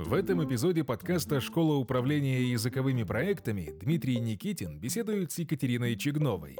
В этом эпизоде подкаста «Школа управления языковыми проектами» Дмитрий Никитин беседует с Екатериной Чигновой.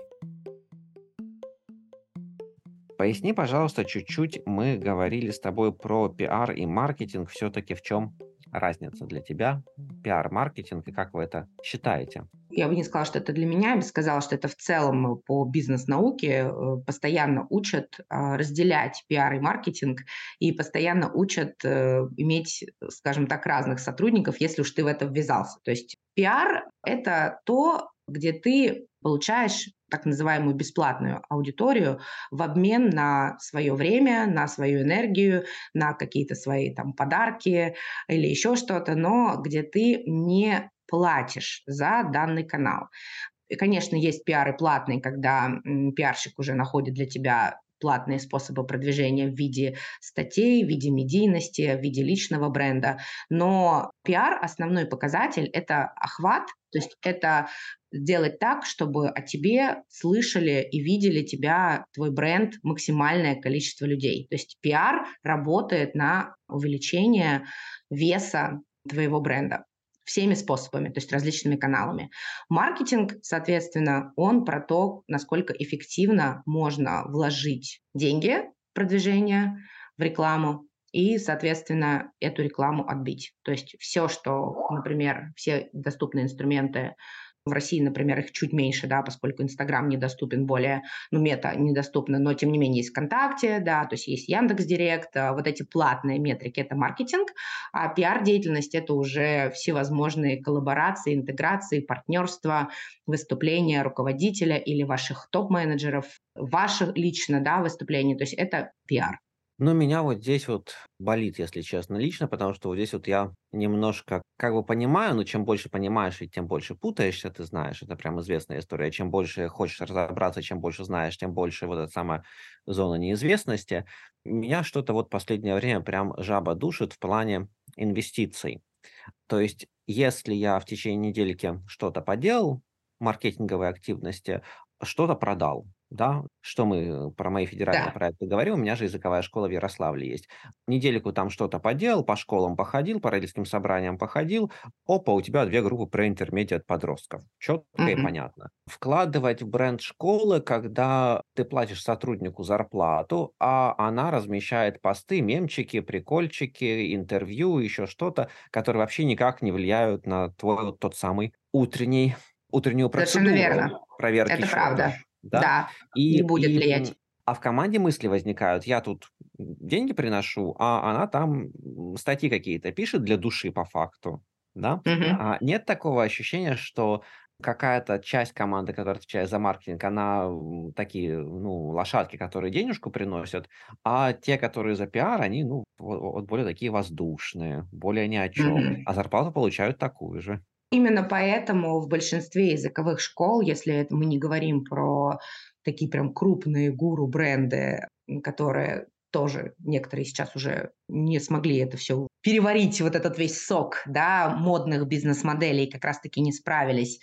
Поясни, пожалуйста, чуть-чуть. Мы говорили с тобой про пиар и маркетинг. Все-таки в чем разница для тебя? Пиар-маркетинг и как вы это считаете? Я бы не сказала, что это для меня, я бы сказала, что это в целом по бизнес-науке постоянно учат разделять пиар и маркетинг и постоянно учат иметь, скажем так, разных сотрудников, если уж ты в это ввязался. То есть пиар– это то, где ты получаешь так называемую бесплатную аудиторию в обмен на свое время, на свою энергию, на какие-то свои там подарки или еще что-то, но где ты не платишь за данный канал. И, конечно, есть пиары платные, когда пиарщик уже находит для тебя платные способы продвижения в виде статей, в виде медийности, в виде личного бренда. Но пиар, основной показатель– это охват, то есть это сделать так, чтобы о тебе слышали и видели тебя, твой бренд, максимальное количество людей. То есть пиар работает на увеличение веса твоего бренда всеми способами, то есть различными каналами. Маркетинг, соответственно, он про то, насколько эффективно можно вложить деньги в продвижение, в рекламу и, соответственно, эту рекламу отбить. То есть все, что, например, все доступные инструменты в России, например, их чуть меньше, да, поскольку Инстаграм недоступен более, Мета недоступна, но тем не менее есть ВКонтакте, да, то есть есть Яндекс.Директ, вот эти платные метрики– это маркетинг, а пиар-деятельность– это уже всевозможные коллаборации, интеграции, партнерства, выступления руководителя или ваших топ-менеджеров, ваше лично, да, выступление, то есть это пиар. Но меня вот здесь вот болит, если честно, лично, потому что вот здесь вот я немножко как бы понимаю, но чем больше понимаешь и тем больше путаешься, ты знаешь, это прям известная история. Чем больше хочешь разобраться, чем больше знаешь, тем больше вот эта самая зона неизвестности. Меня что-то вот последнее время прям жаба душит в плане инвестиций. То есть, если я в течение недельки что-то поделал, маркетинговые активности, что-то продал, да, что мы про мои федеральные Да. проекты говорим, у меня же языковая школа в Ярославле есть. Недельку там что-то поделал, по школам походил, по родительским собраниям походил, опа, у тебя две группы про интермедиат подростков. Четко и Мгм. понятно. Вкладывать в бренд школы, когда ты платишь сотруднику зарплату, а она размещает посты, мемчики, прикольчики, интервью, еще что-то, которые вообще никак не влияют на твой вот тот самый утреннюю Совершенно процедуру верно. проверки Это счета, правда. да. Да, И не будет и, влиять. а в команде мысли возникают: я тут деньги приношу, а она там, статьи какие-то пишет для души по факту, да. Мгм. А нет такого ощущения, что какая-то часть команды, которая отвечает за маркетинг, она, такие, ну, лошадки, которые денежку приносят, а те, которые за пиар, они, ну, вот более такие воздушные, более ни о чем, Мгм. а зарплату получают такую же. Именно поэтому в большинстве языковых школ, если мы не говорим про такие прям крупные гуру-бренды, которые тоже некоторые сейчас уже не смогли это все переварить, вот этот весь сок, да, модных бизнес-моделей, как раз-таки не справились.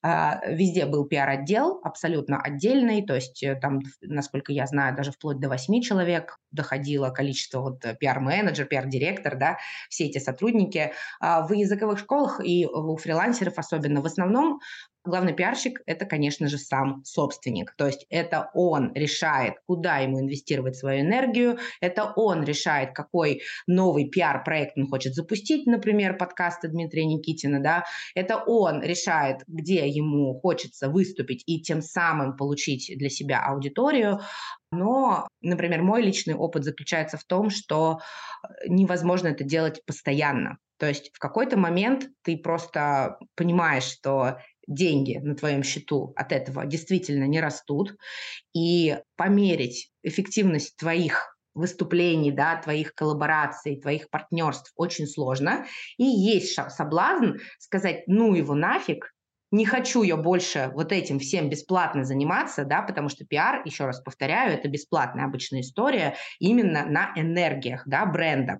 Везде был пиар-отдел, абсолютно отдельный, то есть там, насколько я знаю, даже вплоть до 8 человек доходило количество вот пиар-менеджер, пиар-директор, да, все эти сотрудники. В языковых школах и у фрилансеров особенно в основном главный пиарщик– это, конечно же, сам собственник. То есть это он решает, куда ему инвестировать свою энергию, это он решает, какой новый пиар-проект он хочет запустить, например, подкасты Дмитрия Никитина, да, это он решает, где ему хочется выступить и тем самым получить для себя аудиторию. Но, например, мой личный опыт заключается в том, что невозможно это делать постоянно. То есть в какой-то момент ты просто понимаешь, что деньги на твоем счету от этого действительно не растут, и померить эффективность твоих выступлений, да, твоих коллабораций, твоих партнерств очень сложно. И есть соблазн сказать, ну его нафиг, не хочу я больше вот этим всем бесплатно заниматься, да, потому что пиар, еще раз повторяю, это бесплатная обычная история именно на энергиях, да, бренда. Причем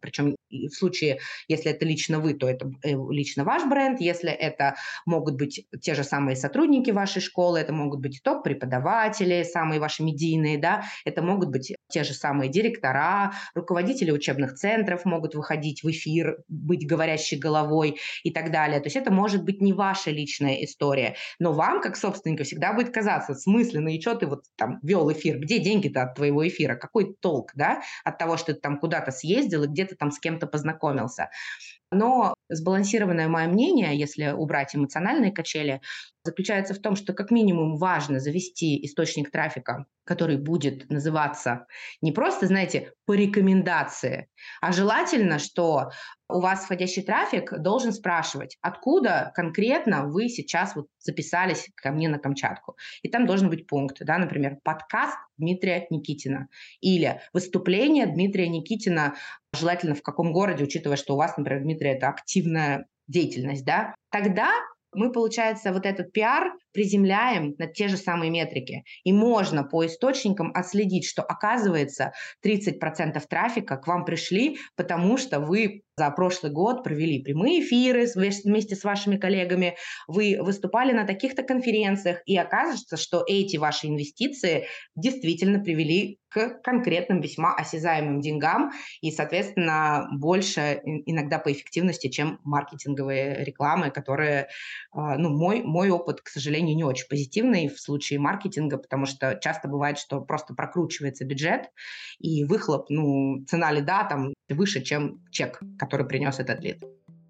И в случае, если это лично вы, то это лично ваш бренд. Если это могут быть те же самые сотрудники вашей школы, это могут быть топ-преподаватели, самые ваши медийные, да, это могут быть те же самые директора, руководители учебных центров могут выходить в эфир, быть говорящей головой и так далее. То есть это может быть не ваша личная история, но вам, как собственнику, всегда будет казаться, в смысле, ну и что ты вот там вел эфир, где деньги-то от твоего эфира, какой толк, да, от того, что ты там куда-то съездил и где-то там с кем-то познакомился. Но сбалансированное мое мнение, если убрать эмоциональные качели, заключается в том, что как минимум важно завести источник трафика, который будет называться не просто, знаете, по рекомендации, а желательно, что у вас входящий трафик должен спрашивать, откуда конкретно вы сейчас вот записались ко мне на Камчатку. И там должен быть пункт, да, например, подкаст Дмитрия Никитина или выступление Дмитрия Никитина, желательно в каком городе, учитывая, что у вас, например, Дмитрий, это активная деятельность, да, тогда мы, получается, вот этот пиар приземляем на те же самые метрики. И можно по источникам отследить, что, оказывается, 30% трафика к вам пришли, потому что вы за прошлый год провели прямые эфиры вместе с вашими коллегами, вы выступали на таких-то конференциях, и окажется, что эти ваши инвестиции действительно привели к конкретным, весьма осязаемым деньгам и, соответственно, больше иногда по эффективности, чем маркетинговые рекламы, которые, ну, мой опыт, к сожалению, не очень позитивный в случае маркетинга, потому что часто бывает, что просто прокручивается бюджет, и выхлоп, ну, цена лида там выше, чем чек, который принес этот лид.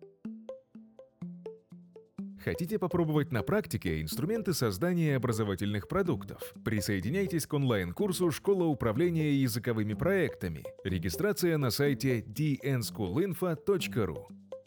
Хотите попробовать на практике инструменты создания образовательных продуктов? Присоединяйтесь к онлайн-курсу «Школа управления языковыми проектами». Регистрация на сайте dnschoolinfo.ru.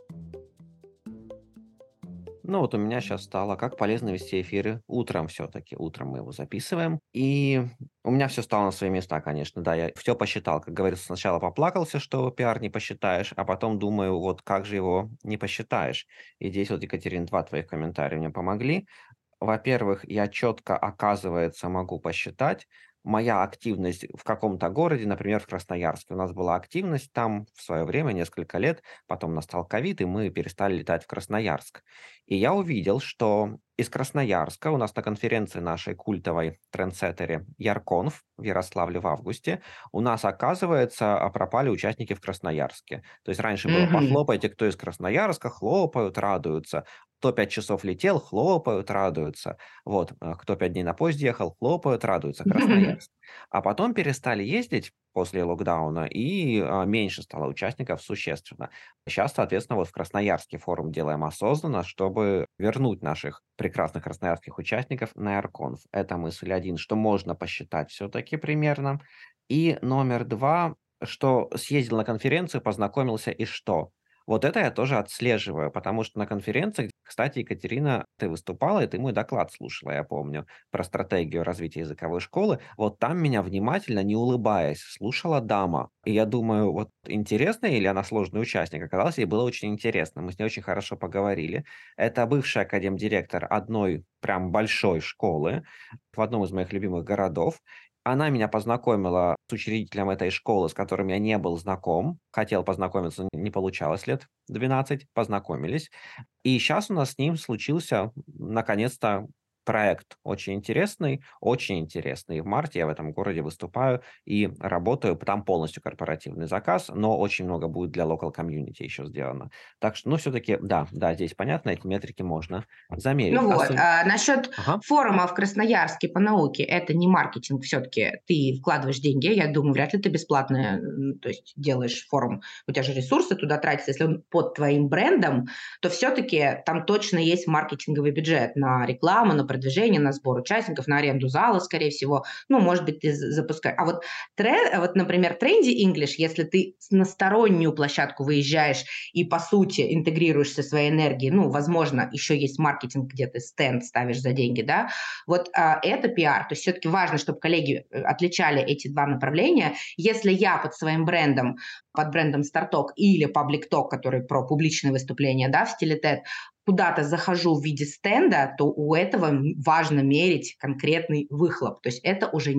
Ну вот у меня сейчас стало, как полезно вести эфиры утром все-таки. Утром мы его записываем. И у меня все стало на свои места, конечно. Да, я все посчитал. Как говорится, сначала поплакался, что пиар не посчитаешь, а потом думаю, вот как же его не посчитаешь. И здесь вот, Екатерина, два твоих комментария мне помогли. Во-первых, я четко, оказывается, могу посчитать, моя активность в каком-то городе, например, в Красноярске. У нас была активность там в свое время, несколько лет, потом настал ковид, и мы перестали летать в Красноярск. И я увидел, что из Красноярска у нас на конференции нашей культовой трендсеттере Ярконф в Ярославле в августе у нас, оказывается, пропали участники в Красноярске. То есть раньше было Мгм. «похлопайте, кто из Красноярска», хлопают, радуются. Кто 5 часов летел, хлопают, радуются. Вот, кто 5 дней на поезде ехал, хлопают, радуются, Красноярск. А потом перестали ездить после локдауна, и меньше стало участников существенно. Сейчас, соответственно, вот в Красноярске форум делаем осознанно, чтобы вернуть наших прекрасных красноярских участников на Airconf. Это мысль один, что можно посчитать все-таки примерно. И номер два, что съездил на конференцию, познакомился и что? Вот это я тоже отслеживаю, потому что на конференциях, кстати, Екатерина, ты выступала, и ты мой доклад слушала, я помню, про стратегию развития языковой школы. Вот там меня внимательно, не улыбаясь, слушала дама. И я думаю, вот интересно, или она сложный участник? Оказалось, ей было очень интересно. Мы с ней очень хорошо поговорили. Это бывший академдиректор одной прям большой школы в одном из моих любимых городов. Она меня познакомила с учредителем этой школы, с которым я не был знаком. Хотел познакомиться, не получалось лет 12, познакомились. И сейчас у нас с ним случился, наконец-то, проект очень интересный. И в марте я в этом городе выступаю и работаю. Там полностью корпоративный заказ, но очень много будет для local community еще сделано. Так что, ну, все-таки, да, здесь понятно, эти метрики можно замерить. Ну вот, насчет Ага. форума в Красноярске по науке, это не маркетинг все-таки, ты вкладываешь деньги, я думаю, вряд ли ты бесплатно, то есть делаешь форум, у тебя же ресурсы туда тратятся, если он под твоим брендом, то все-таки там точно есть маркетинговый бюджет на рекламу, на продвижение, на сбор участников, на аренду зала, скорее всего, ну, может быть, ты запускаешь. А вот, например, Trendy English, если ты на стороннюю площадку выезжаешь и, по сути, интегрируешься своей энергией, ну, возможно, еще есть маркетинг, где ты стенд ставишь за деньги, да, вот это пиар. То есть все-таки важно, чтобы коллеги отличали эти два направления. Если я под своим брендом, под брендом StarTalk или Public Talk, который про публичные выступления, да, в стиле TED, куда-то захожу в виде стенда, то у этого важно мерить конкретный выхлоп. То есть это уже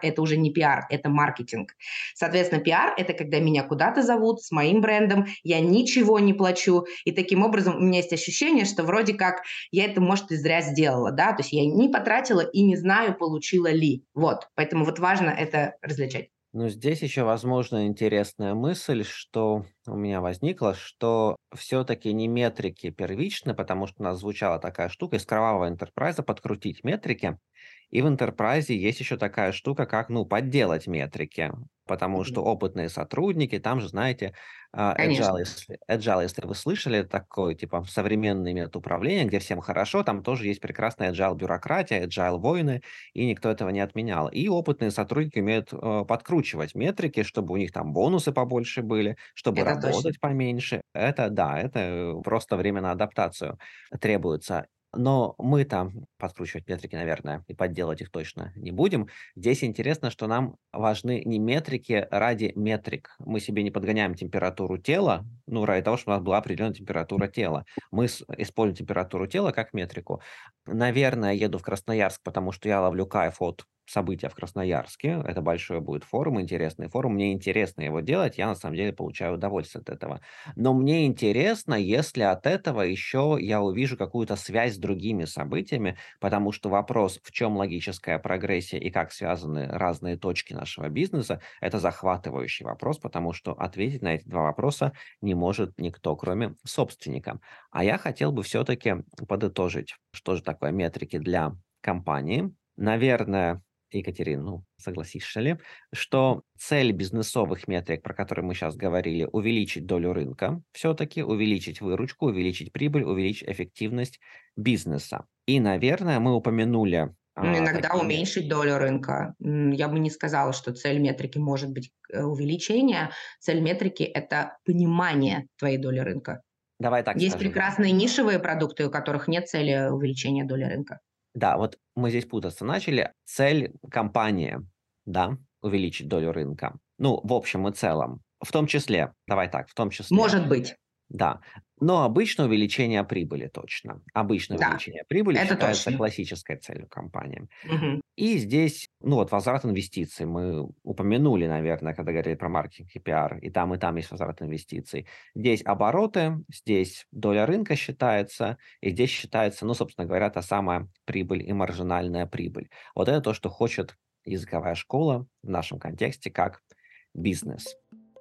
не пиар, это маркетинг. Соответственно, пиар – это когда меня куда-то зовут с моим брендом, я ничего не плачу, и таким образом у меня есть ощущение, что вроде как я это, может, и зря сделала, да, то есть я не потратила и не знаю, получила ли. Вот, поэтому вот важно это различать. Но здесь еще, возможно, интересная мысль, что у меня возникла, что все-таки не метрики первичны, потому что у нас звучала такая штука из кровавого enterprise подкрутить метрики. И в enterprise есть еще такая штука, как, подделать метрики, потому что Мгм. опытные сотрудники, там же, знаете, Конечно, agile, если вы слышали, такой, типа, современный метод управления, где всем хорошо, там тоже есть прекрасная agile бюрократия, agile войны, и никто этого не отменял. И опытные сотрудники умеют подкручивать метрики, чтобы у них там бонусы побольше были, чтобы это точно. работать поменьше. Это да, это просто время на адаптацию требуется. Но мы там подкручивать метрики, наверное, и подделать их точно не будем. Здесь интересно, что нам важны не метрики ради метрик. Мы себе не подгоняем температуру тела, ради того, чтобы у нас была определенная температура тела. Мы используем температуру тела как метрику. Наверное, еду в Красноярск, потому что я ловлю кайф от события в Красноярске. Это большой будет форум, интересный форум. Мне интересно его делать, я на самом деле получаю удовольствие от этого. Но мне интересно, если от этого еще я увижу какую-то связь с другими событиями, потому что вопрос, в чем логическая прогрессия и как связаны разные точки нашего бизнеса, это захватывающий вопрос, потому что ответить на эти два вопроса не может никто, кроме собственника. А я хотел бы все-таки подытожить, что же такое метрики для компании. Наверное, Екатерина, согласишься ли, что цель бизнесовых метрик, про которые мы сейчас говорили, увеличить долю рынка, все-таки увеличить выручку, увеличить прибыль, увеличить эффективность бизнеса. И, наверное, мы упомянули Иногда такие... уменьшить долю рынка. Я бы не сказала, что цель метрики может быть увеличение. Цель метрики – это понимание твоей доли рынка. Давай так Есть скажем, да. прекрасные нишевые продукты, у которых нет цели увеличения доли рынка. Да, вот мы здесь путаться начали. Цель компании, да, увеличить долю рынка. В общем и целом. В том числе, давай так, в том числе. Может быть, Да, но обычно увеличение прибыли точно. Обычно да, увеличение прибыли это считается точно. классической целью компании. Мгм. И здесь, возврат инвестиций. Мы упомянули, наверное, когда говорили про маркетинг и пиар, и там есть возврат инвестиций. Здесь обороты, здесь доля рынка считается, и здесь считается, собственно говоря, та самая прибыль и маржинальная прибыль. Вот это то, что хочет языковая школа в нашем контексте как бизнес.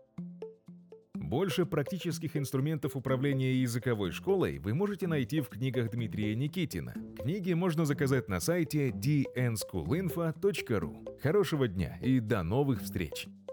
Больше практических инструментов управления языковой школой вы можете найти в книгах Дмитрия Никитина. Книги можно заказать на сайте dnschoolinfo.ru. Хорошего дня и до новых встреч!